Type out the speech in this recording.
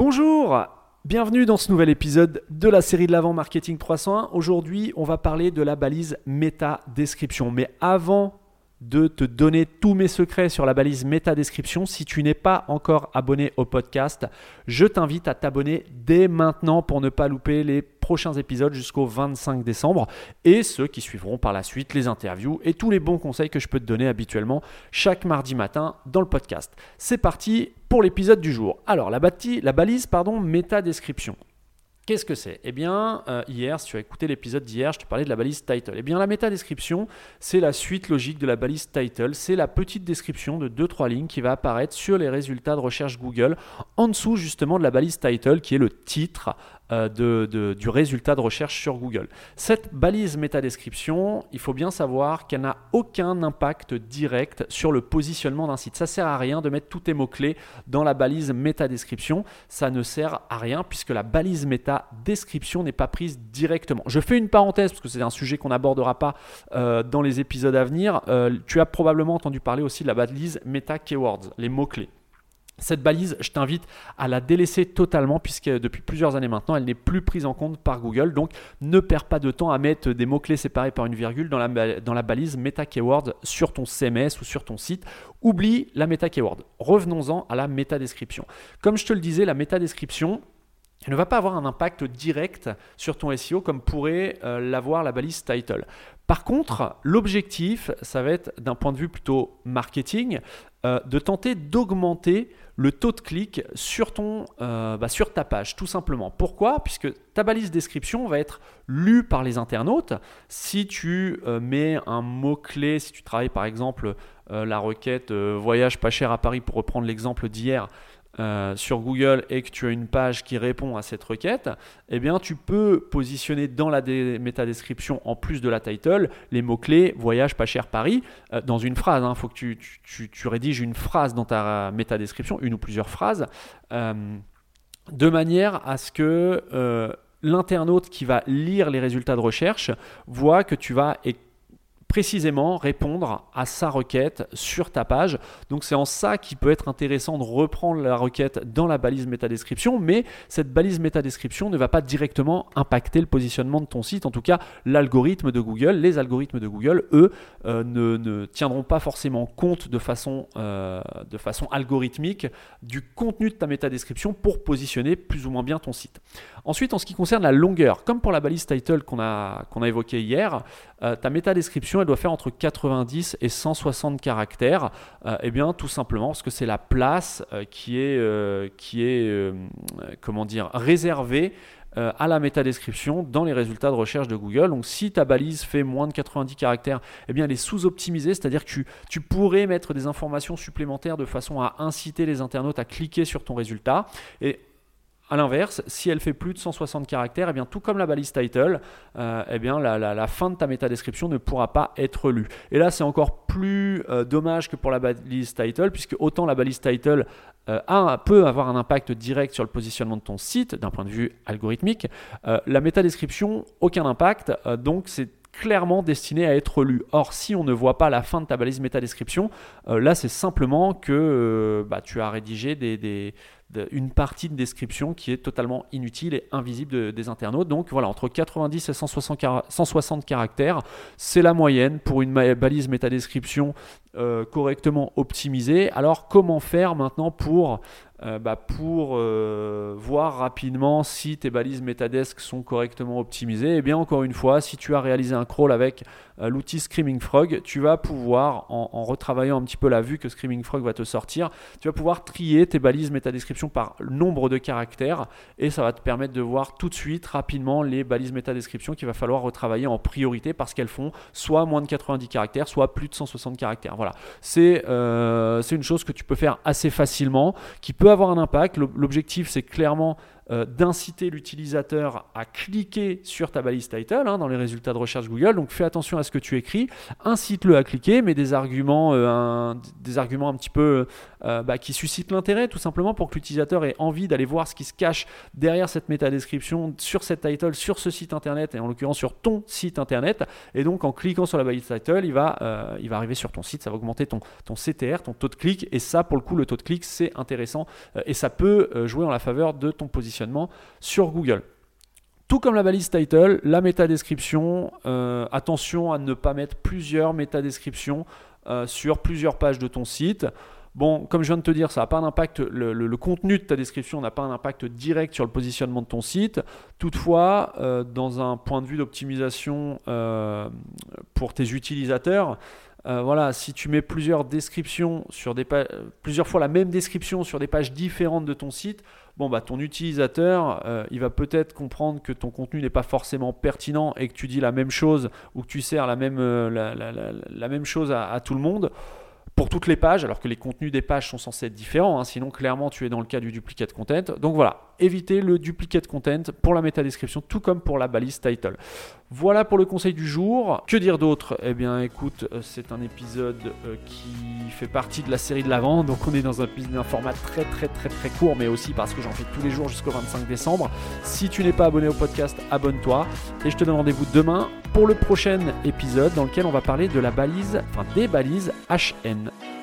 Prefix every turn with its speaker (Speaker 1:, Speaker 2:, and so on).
Speaker 1: Bonjour, bienvenue dans ce nouvel épisode de la série de l'Avant Marketing 301. Aujourd'hui, on va parler de la balise méta-description. Mais avant de te donner tous mes secrets sur la balise méta-description, si tu n'es pas encore abonné au podcast, je t'invite à t'abonner dès maintenant pour ne pas louper les prochains épisodes jusqu'au 25 décembre et ceux qui suivront par la suite, les interviews et tous les bons conseils que je peux te donner habituellement chaque mardi matin dans le podcast. C'est parti pour l'épisode du jour. Alors, la balise méta-description. Qu'est-ce que c'est ? Eh bien, hier, si tu as écouté l'épisode d'hier, je te parlais de la balise title. Eh bien, la métadescription, c'est la suite logique de la balise title. C'est la petite description de 2-3 lignes qui va apparaître sur les résultats de recherche Google, en dessous justement de la balise title, qui est le titre du résultat de recherche sur Google. Cette balise métadescription, il faut bien savoir qu'elle n'a aucun impact direct sur le positionnement d'un site. Ça ne sert à rien de mettre tous tes mots-clés dans la balise métadescription. Ça ne sert à rien puisque la balise métadescription n'est pas prise directement. Je fais une parenthèse parce que c'est un sujet qu'on n'abordera pas dans les épisodes à venir. Tu as probablement entendu parler aussi de la balise méta-keywords, les mots-clés. Cette balise, je t'invite à la délaisser totalement puisque depuis plusieurs années maintenant, elle n'est plus prise en compte par Google. Donc, ne perds pas de temps à mettre des mots-clés séparés par une virgule dans la balise Meta-Keyword sur ton CMS ou sur ton site. Oublie la Meta-Keyword. Revenons-en à la métadescription. Comme je te le disais, la métadescription, elle ne va pas avoir un impact direct sur ton SEO comme pourrait l'avoir la balise title. Par contre, l'objectif, ça va être d'un point de vue plutôt marketing, de tenter d'augmenter le taux de clic sur ta page, tout simplement. Pourquoi ? Puisque ta balise description va être lue par les internautes. Si tu mets un mot-clé, si tu travailles par exemple la requête voyage pas cher à Paris pour reprendre l'exemple d'hier, sur Google et que tu as une page qui répond à cette requête, eh bien tu peux positionner dans la métadescription en plus de la title les mots-clés voyage pas cher Paris dans une phrase. Il faut que tu rédiges une phrase dans ta métadescription, une ou plusieurs phrases, de manière à ce que l'internaute qui va lire les résultats de recherche voit que tu vas précisément répondre à sa requête sur ta page. Donc c'est en ça qu'il peut être intéressant de reprendre la requête dans la balise métadescription, mais cette balise métadescription ne va pas directement impacter le positionnement de ton site. En tout cas, l'algorithme de Google, les algorithmes de Google, eux, ne tiendront pas forcément compte de façon algorithmique du contenu de ta métadescription pour positionner plus ou moins bien ton site. Ensuite, en ce qui concerne la longueur, comme pour la balise title qu'on a évoquée hier, ta métadescription, elle doit faire entre 90 et 160 caractères. Eh bien, tout simplement parce que c'est la place qui est réservée à la métadescription dans les résultats de recherche de Google. Donc, si ta balise fait moins de 90 caractères, eh bien, elle est sous-optimisée, c'est-à-dire que tu pourrais mettre des informations supplémentaires de façon à inciter les internautes à cliquer sur ton résultat. Et à l'inverse, si elle fait plus de 160 caractères, eh bien, tout comme la balise title, eh bien, la fin de ta métadescription ne pourra pas être lue. Et là, c'est encore plus dommage que pour la balise title, puisque autant la balise title peut avoir un impact direct sur le positionnement de ton site d'un point de vue algorithmique, la métadescription, aucun impact, donc c'est clairement destiné à être lu. Or, si on ne voit pas la fin de ta balise métadescription, là, c'est simplement que tu as rédigé une partie de description qui est totalement inutile et invisible des internautes. Donc voilà, entre 90 et 160 caractères, c'est la moyenne pour une balise métadescription correctement optimisée. Alors, comment faire maintenant pour voir rapidement si tes balises Metadesk sont correctement optimisées? Eh bien, encore une fois, si tu as réalisé un crawl avec l'outil Screaming Frog, tu vas pouvoir, en retravaillant un petit peu la vue que Screaming Frog va te sortir, tu vas pouvoir trier tes balises métadescription par nombre de caractères et ça va te permettre de voir tout de suite, rapidement, les balises métadescription qu'il va falloir retravailler en priorité parce qu'elles font soit moins de 90 caractères, soit plus de 160 caractères. Voilà, c'est une chose que tu peux faire assez facilement, qui peut avoir un impact. L'objectif, c'est clairement d'inciter l'utilisateur à cliquer sur ta balise title dans les résultats de recherche Google. Donc fais attention à ce que tu écris, incite-le à cliquer, mais des arguments un petit peu qui suscitent l'intérêt, tout simplement pour que l'utilisateur ait envie d'aller voir ce qui se cache derrière cette métadescription, sur cette title, sur ce site internet, et en l'occurrence sur ton site internet. Et donc en cliquant sur la balise title, il va arriver sur ton site, ça va augmenter ton CTR, ton taux de clic, et ça pour le coup le taux de clic c'est intéressant et ça peut jouer en la faveur de ton positionnement sur Google. Tout comme la balise title, la métadescription, attention à ne pas mettre plusieurs métadescriptions sur plusieurs pages de ton site. Bon, comme je viens de te dire, ça n'a pas un impact, le contenu de ta description n'a pas un impact direct sur le positionnement de ton site. Toutefois, dans un point de vue d'optimisation pour tes utilisateurs, si tu mets plusieurs descriptions sur plusieurs fois la même description sur des pages différentes de ton site, ton utilisateur, il va peut-être comprendre que ton contenu n'est pas forcément pertinent et que tu dis la même chose ou que tu sers la même chose à tout le monde pour toutes les pages, alors que les contenus des pages sont censés être différents, sinon clairement tu es dans le cas du duplicate content. Donc voilà, évitez le duplicate content pour la métadescription, tout comme pour la balise title. Voilà pour le conseil du jour. Que dire d'autre ? Eh bien écoute, c'est un épisode qui fait partie de la série de l'Avent, donc on est dans un format très très très très court, mais aussi parce que j'en fais tous les jours jusqu'au 25 décembre. Si tu n'es pas abonné au podcast, abonne-toi, et je te donne rendez-vous demain pour le prochain épisode dans lequel on va parler de des balises HN.